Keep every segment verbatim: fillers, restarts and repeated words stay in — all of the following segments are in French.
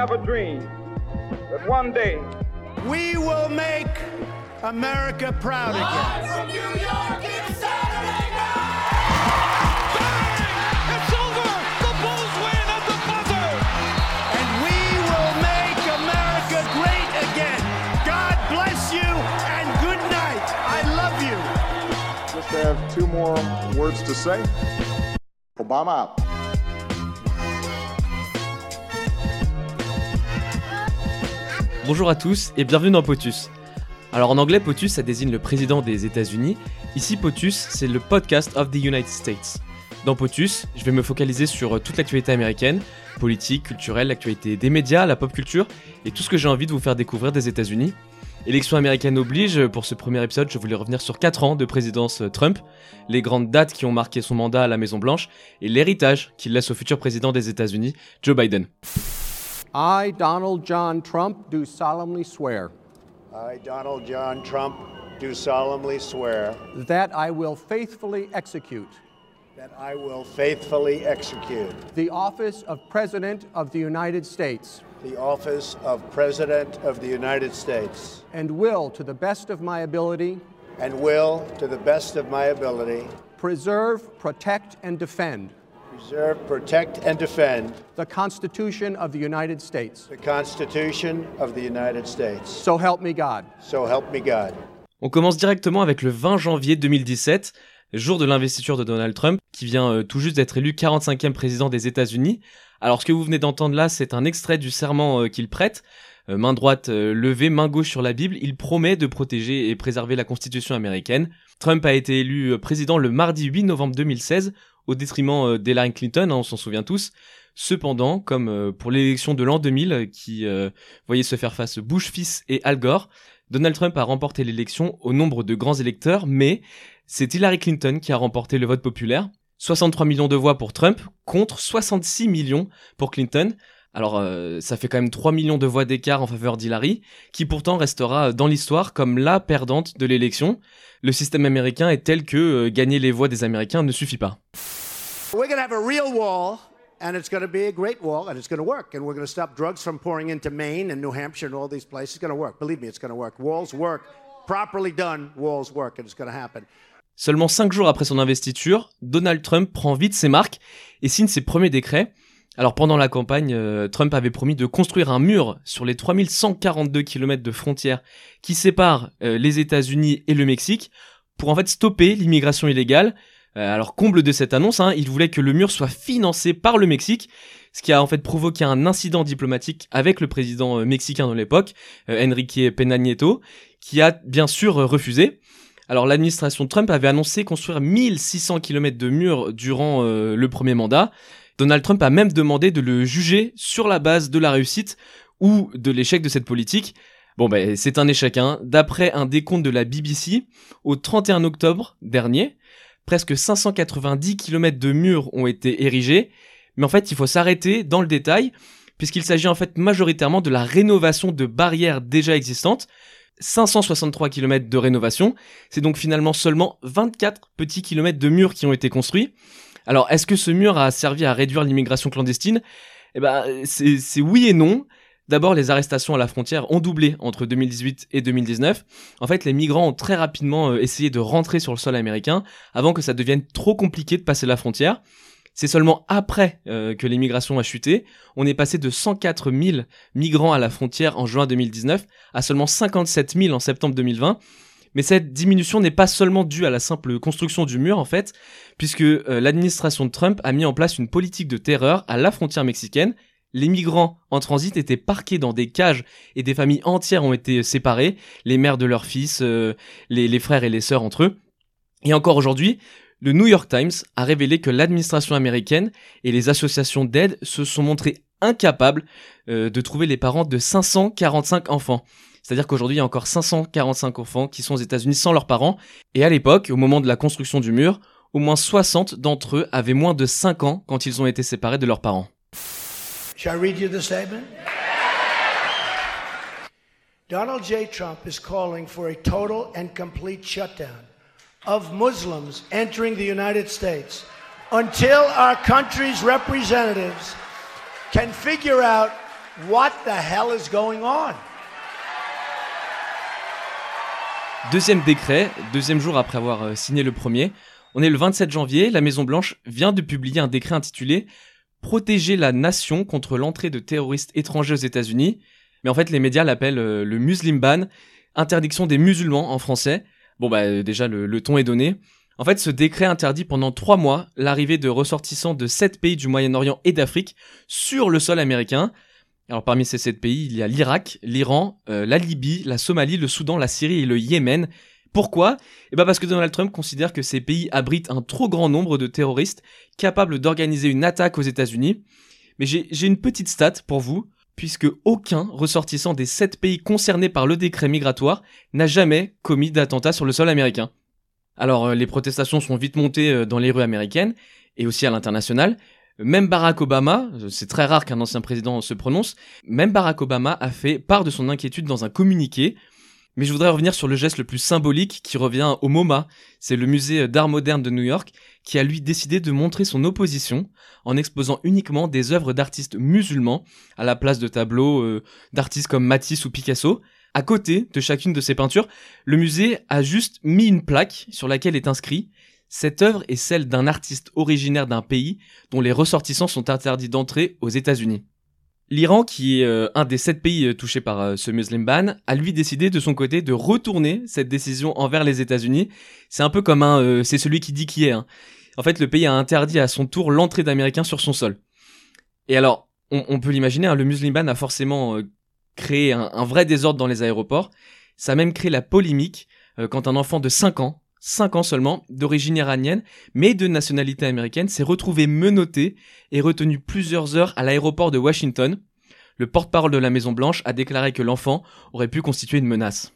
have a dream that one day we will make America proud again. Live from New York, it's Saturday night! Bang! It's over! The Bulls win at the buzzer! And we will make America great again. God bless you and good night. I love you. Just have two more words to say. Obama out. Bonjour à tous et bienvenue dans POTUS. Alors en anglais, POTUS ça désigne le président des États-Unis. Ici, POTUS, c'est le podcast of the United States. Dans POTUS, je vais me focaliser sur toute l'actualité américaine, politique, culturelle, l'actualité des médias, la pop culture et tout ce que j'ai envie de vous faire découvrir des États-Unis. Élection américaine oblige, pour ce premier épisode, je voulais revenir sur quatre ans de présidence Trump, les grandes dates qui ont marqué son mandat à la Maison-Blanche et l'héritage qu'il laisse au futur président des États-Unis, Joe Biden. I, Donald John Trump, do solemnly swear. I, Donald John Trump, do solemnly swear. That I will faithfully execute. That I will faithfully execute. The office of President of the United States. The office of President of the United States. And will, to the best of my ability. And will, to the best of my ability. Preserve, protect, and defend. Preserve, protect, and defend. The Constitution of the United States. The Constitution of the United States. So help me God. So help me God. On commence directement avec le vingt janvier deux mille dix-sept, jour de l'investiture de Donald Trump, qui vient euh, tout juste d'être élu quarante-cinquième président des États-Unis. Alors ce que vous venez d'entendre là, c'est un extrait du serment euh, qu'il prête. Euh, main droite euh, levée, main gauche sur la Bible, il promet de protéger et préserver la Constitution américaine. Trump a été élu euh, président le mardi huit novembre deux mille seize, au détriment euh, d'Hillary Clinton, hein, on s'en souvient tous. Cependant, comme euh, pour l'élection de l'an deux mille, euh, qui euh, voyait se faire face Bush fils et Al Gore, Donald Trump a remporté l'élection au nombre de grands électeurs, mais c'est Hillary Clinton qui a remporté le vote populaire. soixante-trois millions de voix pour Trump contre soixante-six millions pour Clinton. Alors euh, ça fait quand même trois millions de voix d'écart en faveur d'Hillary, qui pourtant restera dans l'histoire comme la perdante de l'élection. Le système américain est tel que euh, gagner les voix des Américains ne suffit pas. We're going to have a real wall, and it's going to be a great wall, and it's going to work. And we're going to stop drugs from pouring into Maine and New Hampshire and all these places. It's going to work. Believe me, it's going to work. Walls work. Properly done, walls work, and it's going to happen. Seulement cinq jours après son investiture, Donald Trump prend vite ses marques et signe ses premiers décrets. Alors pendant la campagne, euh, Trump avait promis de construire un mur sur les trois mille cent quarante-deux kilomètres de frontières qui séparent euh, les États-Unis et le Mexique pour en fait stopper l'immigration illégale. Euh, alors comble de cette annonce, hein, il voulait que le mur soit financé par le Mexique, ce qui a en fait provoqué un incident diplomatique avec le président euh, mexicain de l'époque, euh, Enrique Peña Nieto, qui a bien sûr euh, refusé. Alors l'administration Trump avait annoncé construire mille six cents kilomètres de murs durant euh, le premier mandat. Donald Trump a même demandé de le juger sur la base de la réussite ou de l'échec de cette politique. Bon ben c'est un échec, hein. D'après un décompte de la B B C, au trente et un octobre dernier, presque cinq cent quatre-vingt-dix kilomètres de murs ont été érigés. Mais en fait il faut s'arrêter dans le détail, puisqu'il s'agit en fait majoritairement de la rénovation de barrières déjà existantes. cinq cent soixante-trois kilomètres de rénovation, c'est donc finalement seulement vingt-quatre petits kilomètres de murs qui ont été construits. Alors, est-ce que ce mur a servi à réduire l'immigration clandestine ? Eh ben, c'est, c'est oui et non. D'abord, les arrestations à la frontière ont doublé entre deux mille dix-huit et deux mille dix-neuf. En fait, les migrants ont très rapidement essayé de rentrer sur le sol américain avant que ça devienne trop compliqué de passer la frontière. C'est seulement après euh, que l'immigration a chuté. On est passé de cent quatre mille migrants à la frontière en juin deux mille dix-neuf à seulement cinquante-sept mille en septembre deux mille vingt. Mais cette diminution n'est pas seulement due à la simple construction du mur en fait, puisque euh, l'administration de Trump a mis en place une politique de terreur à la frontière mexicaine. Les migrants en transit étaient parqués dans des cages et des familles entières ont été séparées, les mères de leurs fils, euh, les, les frères et les sœurs entre eux. Et encore aujourd'hui, le New York Times a révélé que l'administration américaine et les associations d'aide se sont montrées incapables euh, de trouver les parents de cinq cent quarante-cinq enfants. C'est-à-dire qu'aujourd'hui, il y a encore cinq cent quarante-cinq enfants qui sont aux États-Unis sans leurs parents. Et à l'époque, au moment de la construction du mur, au moins soixante d'entre eux avaient moins de cinq ans quand ils ont été séparés de leurs parents. Shall I read you the statement? Donald J. Trump is calling for a total and complete shutdown of Muslims entering the United States until our country's representatives can figure out What the hell is going on? Deuxième décret, deuxième jour après avoir signé le premier. On est le vingt-sept janvier, la Maison-Blanche vient de publier un décret intitulé « Protéger la nation contre l'entrée de terroristes étrangers aux États-Unis ». Mais en fait, les médias l'appellent euh, le Muslim Ban, interdiction des musulmans en français. Bon bah euh, déjà, le, le ton est donné. En fait, ce décret interdit pendant trois mois l'arrivée de ressortissants de sept pays du Moyen-Orient et d'Afrique sur le sol américain. Alors parmi ces sept pays, il y a l'Irak, l'Iran, euh, la Libye, la Somalie, le Soudan, la Syrie et le Yémen. Pourquoi ? Eh ben parce que Donald Trump considère que ces pays abritent un trop grand nombre de terroristes capables d'organiser une attaque aux États-Unis. Mais j'ai, j'ai une petite stat pour vous, puisque aucun ressortissant des sept pays concernés par le décret migratoire n'a jamais commis d'attentat sur le sol américain. Alors euh, les protestations sont vite montées euh, dans les rues américaines et aussi à l'international. Même Barack Obama, c'est très rare qu'un ancien président se prononce, même Barack Obama a fait part de son inquiétude dans un communiqué. Mais je voudrais revenir sur le geste le plus symbolique qui revient au MoMA, c'est le musée d'art moderne de New York, qui a lui décidé de montrer son opposition en exposant uniquement des œuvres d'artistes musulmans à la place de tableaux euh, d'artistes comme Matisse ou Picasso. À côté de chacune de ces peintures, le musée a juste mis une plaque sur laquelle est inscrit « Cette œuvre est celle d'un artiste originaire d'un pays dont les ressortissants sont interdits d'entrer aux États-Unis ». L'Iran, qui est euh, un des sept pays euh, touchés par euh, ce Muslim Ban, a lui décidé de son côté de retourner cette décision envers les États-Unis. C'est un peu comme un euh, c'est celui qui dit qui est. Hein. En fait, le pays a interdit à son tour l'entrée d'Américains sur son sol. Et alors, on, on peut l'imaginer, hein, le Muslim Ban a forcément euh, créé un, un vrai désordre dans les aéroports. Ça a même créé la polémique euh, quand un enfant de cinq ans, cinq ans seulement, d'origine iranienne, mais de nationalité américaine, s'est retrouvé menotté et retenu plusieurs heures à l'aéroport de Washington. Le porte-parole de la Maison-Blanche a déclaré que l'enfant aurait pu constituer une menace.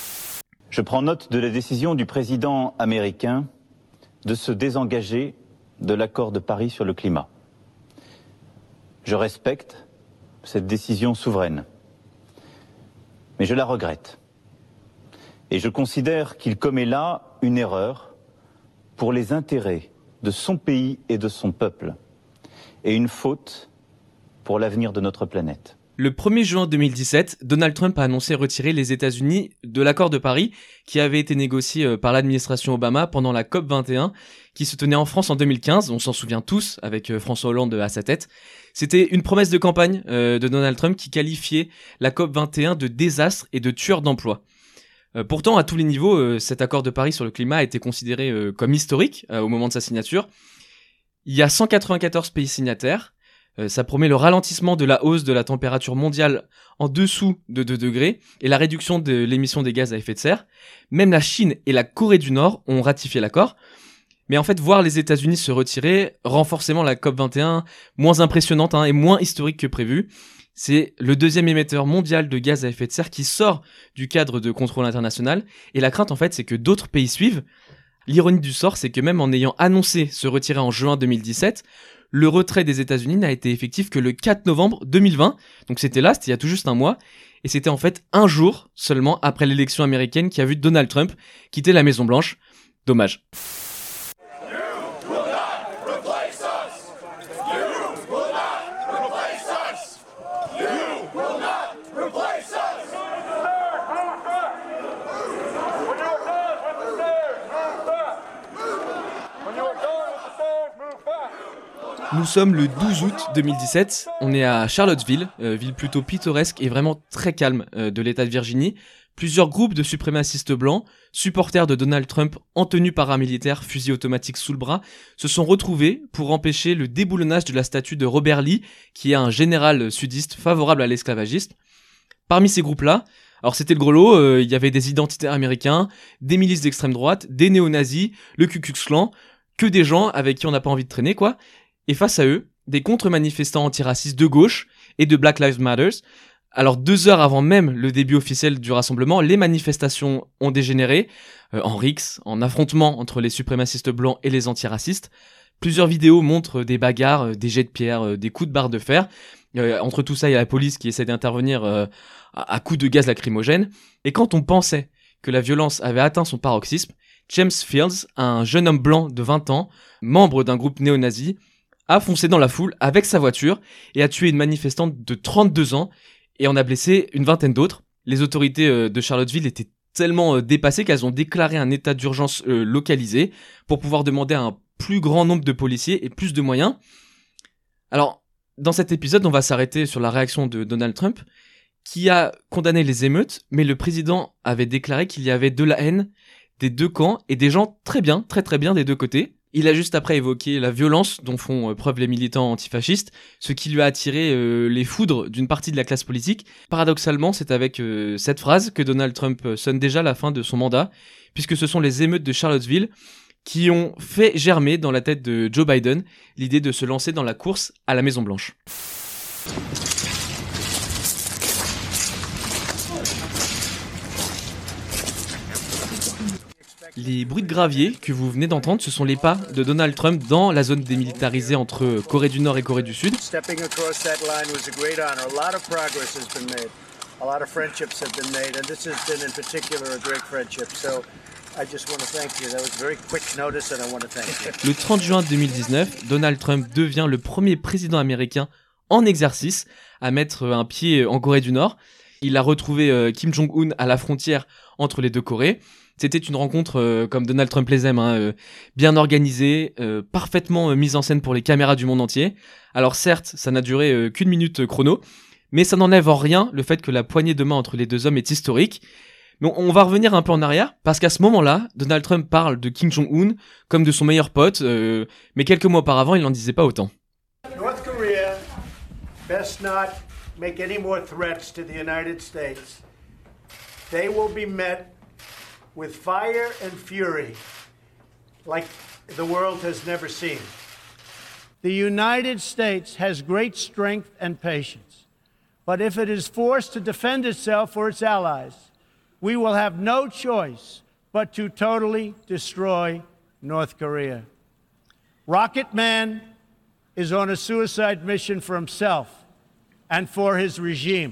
Je prends note de la décision du président américain de se désengager de l'accord de Paris sur le climat. Je respecte cette décision souveraine, mais je la regrette. Et je considère qu'il commet là une erreur pour les intérêts de son pays et de son peuple, et une faute pour l'avenir de notre planète. Le premier juin deux mille dix-sept, Donald Trump a annoncé retirer les États-Unis de l'accord de Paris qui avait été négocié par l'administration Obama pendant la COP vingt et un qui se tenait en France en deux mille quinze, on s'en souvient tous, avec François Hollande à sa tête. C'était une promesse de campagne euh, de Donald Trump qui qualifiait la COP vingt et un de désastre et de tueur d'emplois. Euh, pourtant, à tous les niveaux, euh, cet accord de Paris sur le climat a été considéré euh, comme historique euh, au moment de sa signature. Il y a cent quatre-vingt-quatorze pays signataires. Euh, ça promet le ralentissement de la hausse de la température mondiale en dessous de deux degrés et la réduction de l'émission des gaz à effet de serre. Même la Chine et la Corée du Nord ont ratifié l'accord. Mais en fait, voir les États-Unis se retirer rend forcément la COP vingt et un moins impressionnante hein, et moins historique que prévu. C'est le deuxième émetteur mondial de gaz à effet de serre qui sort du cadre de contrôle international. Et la crainte, en fait, c'est que d'autres pays suivent. L'ironie du sort, c'est que même en ayant annoncé se retirer en juin deux mille dix-sept, le retrait des États-Unis n'a été effectif que le quatre novembre deux mille vingt. Donc c'était là, c'était il y a tout juste un mois. Et c'était en fait un jour seulement après l'élection américaine qui a vu Donald Trump quitter la Maison-Blanche. Dommage. Nous sommes le douze août deux mille dix-sept, on est à Charlottesville, euh, ville plutôt pittoresque et vraiment très calme euh, de l'état de Virginie. Plusieurs groupes de suprémacistes blancs, supporters de Donald Trump en tenue paramilitaire, fusil automatique sous le bras, se sont retrouvés pour empêcher le déboulonnage de la statue de Robert Lee, qui est un général sudiste favorable à l'esclavagisme. Parmi ces groupes-là, alors c'était le gros lot, euh, il y avait des identitaires américains, des milices d'extrême droite, des néo-nazis, le Ku Klux Klan, que des gens avec qui on n'a pas envie de traîner quoi. Et face à eux, des contre-manifestants antiracistes de gauche et de Black Lives Matter. Alors deux heures avant même le début officiel du rassemblement, les manifestations ont dégénéré euh, en rixe, en affrontement entre les suprémacistes blancs et les antiracistes. Plusieurs vidéos montrent des bagarres, euh, des jets de pierre, euh, des coups de barre de fer. Euh, entre tout ça, il y a la police qui essaie d'intervenir euh, à, à coups de gaz lacrymogène. Et quand on pensait que la violence avait atteint son paroxysme, James Fields, un jeune homme blanc de vingt ans, membre d'un groupe néo-nazi, a foncé dans la foule avec sa voiture et a tué une manifestante de trente-deux ans et en a blessé une vingtaine d'autres. Les autorités euh, de Charlottesville étaient tellement euh, dépassées qu'elles ont déclaré un état d'urgence euh, localisé pour pouvoir demander à un plus grand nombre de policiers et plus de moyens. Alors, dans cet épisode, on va s'arrêter sur la réaction de Donald Trump, qui a condamné les émeutes, mais le président avait déclaré qu'il y avait de la haine des deux camps et des gens très bien, très très bien des deux côtés. Il a juste après évoqué la violence dont font preuve les militants antifascistes, ce qui lui a attiré euh, les foudres d'une partie de la classe politique. Paradoxalement, c'est avec euh, cette phrase que Donald Trump sonne déjà la fin de son mandat, puisque ce sont les émeutes de Charlottesville qui ont fait germer dans la tête de Joe Biden l'idée de se lancer dans la course à la Maison-Blanche. Les bruits de gravier que vous venez d'entendre, ce sont les pas de Donald Trump dans la zone démilitarisée entre Corée du Nord et Corée du Sud. Stepping across that line was a great honor. A lot of progress has been made. A lot of friendships have been made, and this has been in particular a great friendship. So I just want to thank you. That was very quick notice, and I want to thank you. Le trente juin deux mille dix-neuf, Donald Trump devient le premier président américain en exercice à mettre un pied en Corée du Nord. Il a retrouvé Kim Jong-un à la frontière entre les deux Corées. C'était une rencontre, euh, comme Donald Trump les aime, hein, euh, bien organisée, euh, parfaitement euh, mise en scène pour les caméras du monde entier. Alors certes, ça n'a duré euh, qu'une minute euh, chrono, mais ça n'enlève en rien le fait que la poignée de main entre les deux hommes est historique. Mais on, on va revenir un peu en arrière, parce qu'à ce moment-là, Donald Trump parle de Kim Jong-un comme de son meilleur pote, euh, mais quelques mois auparavant, il n'en disait pas autant. North Korea best not make any more threats to the United States. They will be met with fire and fury like the world has never seen. The United States has great strength and patience, but if it is forced to defend itself or its allies, we will have no choice but to totally destroy North Korea. Rocket Man is on a suicide mission for himself and for his regime.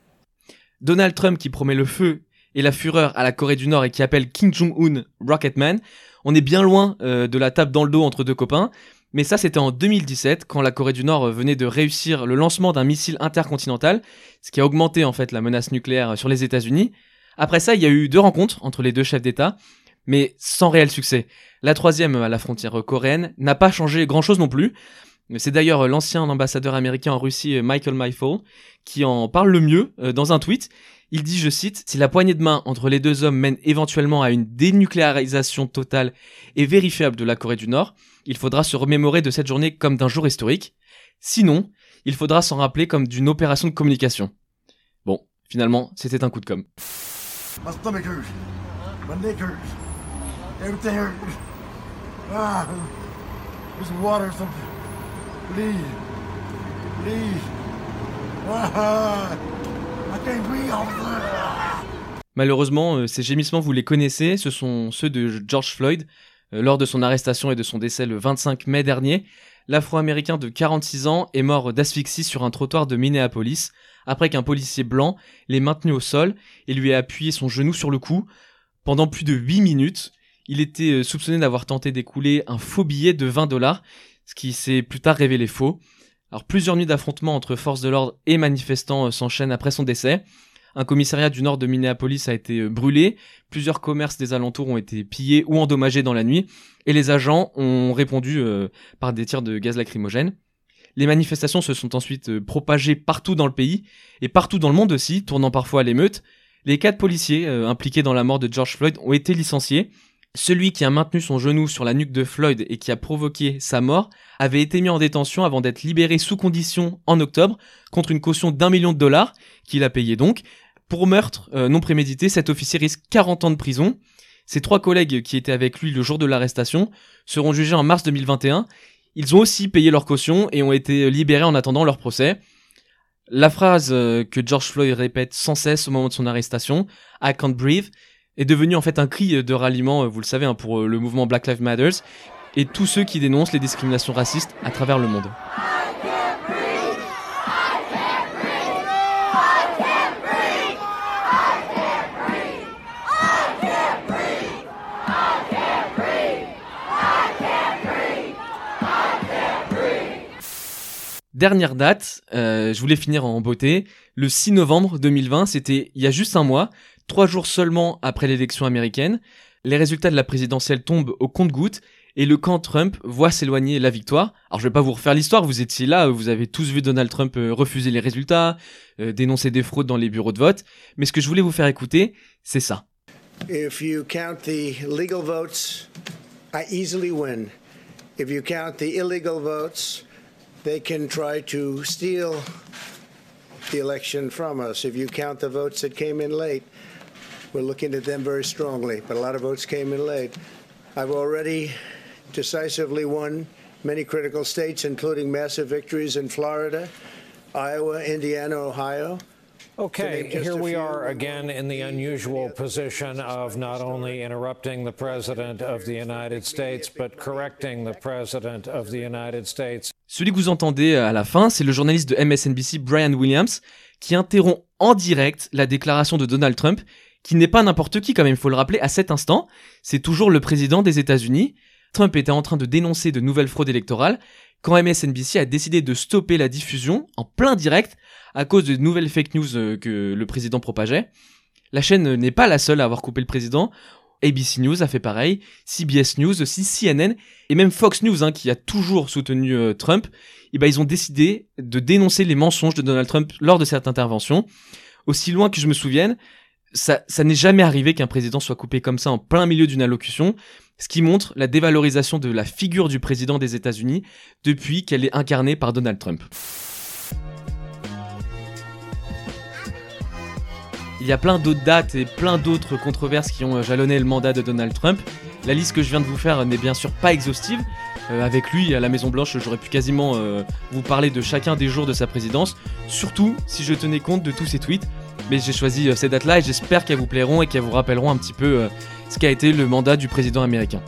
Donald Trump qui promet le feu et la fureur à la Corée du Nord et qui appelle Kim Jong-un Rocketman, on est bien loin euh, de la tape dans le dos entre deux copains, mais ça c'était en deux mille dix-sept quand la Corée du Nord venait de réussir le lancement d'un missile intercontinental, ce qui a augmenté en fait la menace nucléaire sur les États-Unis. Après ça, il y a eu deux rencontres entre les deux chefs d'État, mais sans réel succès. La troisième à la frontière coréenne n'a pas changé grand-chose non plus. C'est d'ailleurs l'ancien ambassadeur américain en Russie, Michael Mayfall, qui en parle le mieux euh, dans un tweet. Il dit, je cite, « Si la poignée de main entre les deux hommes mène éventuellement à une dénucléarisation totale et vérifiable de la Corée du Nord, il faudra se remémorer de cette journée comme d'un jour historique. Sinon, il faudra s'en rappeler comme d'une opération de communication. » Bon, finalement, c'était un coup de com'. My stomach hurts. My neck hurts. Everything hurts. Ah, there's some water or something. Please. Please. Ah, I can't breathe. Ah. Malheureusement, ces gémissements, vous les connaissez, ce sont ceux de George Floyd. Lors de son arrestation et de son décès le vingt-cinq mai dernier, l'Afro-Américain de quarante-six ans est mort d'asphyxie sur un trottoir de Minneapolis après qu'un policier blanc l'ait maintenu au sol et lui ait appuyé son genou sur le cou. Pendant plus de huit minutes, il était soupçonné d'avoir tenté d'écouler un faux billet de vingt dollars, ce qui s'est plus tard révélé faux. Alors plusieurs nuits d'affrontements entre forces de l'ordre et manifestants s'enchaînent après son décès. Un commissariat du nord de Minneapolis a été brûlé, plusieurs commerces des alentours ont été pillés ou endommagés dans la nuit, et les agents ont répondu euh, par des tirs de gaz lacrymogène. Les manifestations se sont ensuite euh, propagées partout dans le pays, et partout dans le monde aussi, tournant parfois à l'émeute. Les quatre policiers euh, impliqués dans la mort de George Floyd ont été licenciés. Celui qui a maintenu son genou sur la nuque de Floyd et qui a provoqué sa mort avait été mis en détention avant d'être libéré sous condition en octobre, contre une caution d'un million de dollars, qu'il a payé donc. Pour meurtre euh, non prémédité, cet officier risque quarante ans de prison. Ses trois collègues qui étaient avec lui le jour de l'arrestation seront jugés en mars deux mille vingt et un. Ils ont aussi payé leur caution et ont été libérés en attendant leur procès. La phrase euh, que George Floyd répète sans cesse au moment de son arrestation, « I can't breathe », est devenue en fait un cri de ralliement, vous le savez, hein, pour le mouvement Black Lives Matter et tous ceux qui dénoncent les discriminations racistes à travers le monde. Dernière date, euh, je voulais finir en beauté. Le six novembre deux mille vingt, c'était il y a juste un mois, trois jours seulement après l'élection américaine. Les résultats de la présidentielle tombent au compte-gouttes et le camp Trump voit s'éloigner la victoire. Alors je vais pas vous refaire l'histoire, vous étiez là, vous avez tous vu Donald Trump euh, refuser les résultats, euh, dénoncer des fraudes dans les bureaux de vote. Mais ce que je voulais vous faire écouter, c'est ça. If you count the legal votes, I easily win. If you count the illegal votes, they can try to steal the election from us. If you count the votes that came in late, we're looking at them very strongly, but a lot of votes came in late. I've already decisively won many critical states, including massive victories in Florida, Iowa, Indiana, Ohio. Okay, here we are again in the unusual position of not only interrupting the President of the United States, but correcting the President of the United States. Celui que vous entendez à la fin, c'est le journaliste de M S N B C, Brian Williams, qui interrompt en direct la déclaration de Donald Trump, qui n'est pas n'importe qui quand même, il faut le rappeler, à cet instant, c'est toujours le président des États-Unis. Trump était en train de dénoncer de nouvelles fraudes électorales, quand M S N B C a décidé de stopper la diffusion en plein direct à cause de nouvelles fake news que le président propageait. La chaîne n'est pas la seule à avoir coupé le président. A B C News a fait pareil, C B S News aussi, C N N et même Fox News, hein, qui a toujours soutenu euh, Trump. Et ben ils ont décidé de dénoncer les mensonges de Donald Trump lors de cette intervention. Aussi loin que je me souvienne, ça, ça n'est jamais arrivé qu'un président soit coupé comme ça en plein milieu d'une allocution, ce qui montre la dévalorisation de la figure du président des États-Unis depuis qu'elle est incarnée par Donald Trump. Il y a plein d'autres dates et plein d'autres controverses qui ont jalonné le mandat de Donald Trump. La liste que je viens de vous faire n'est bien sûr pas exhaustive. Euh, avec lui, à la Maison-Blanche, j'aurais pu quasiment euh, vous parler de chacun des jours de sa présidence, surtout si je tenais compte de tous ses tweets. Mais j'ai choisi euh, ces dates-là et j'espère qu'elles vous plairont et qu'elles vous rappelleront un petit peu euh, ce qu'a été le mandat du président américain.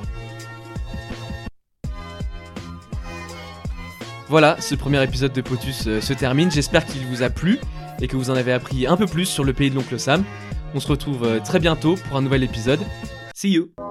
Voilà, ce premier épisode de Potus euh, se termine. J'espère qu'il vous a plu et que vous en avez appris un peu plus sur le pays de l'oncle Sam. On se retrouve euh, très bientôt pour un nouvel épisode. See you!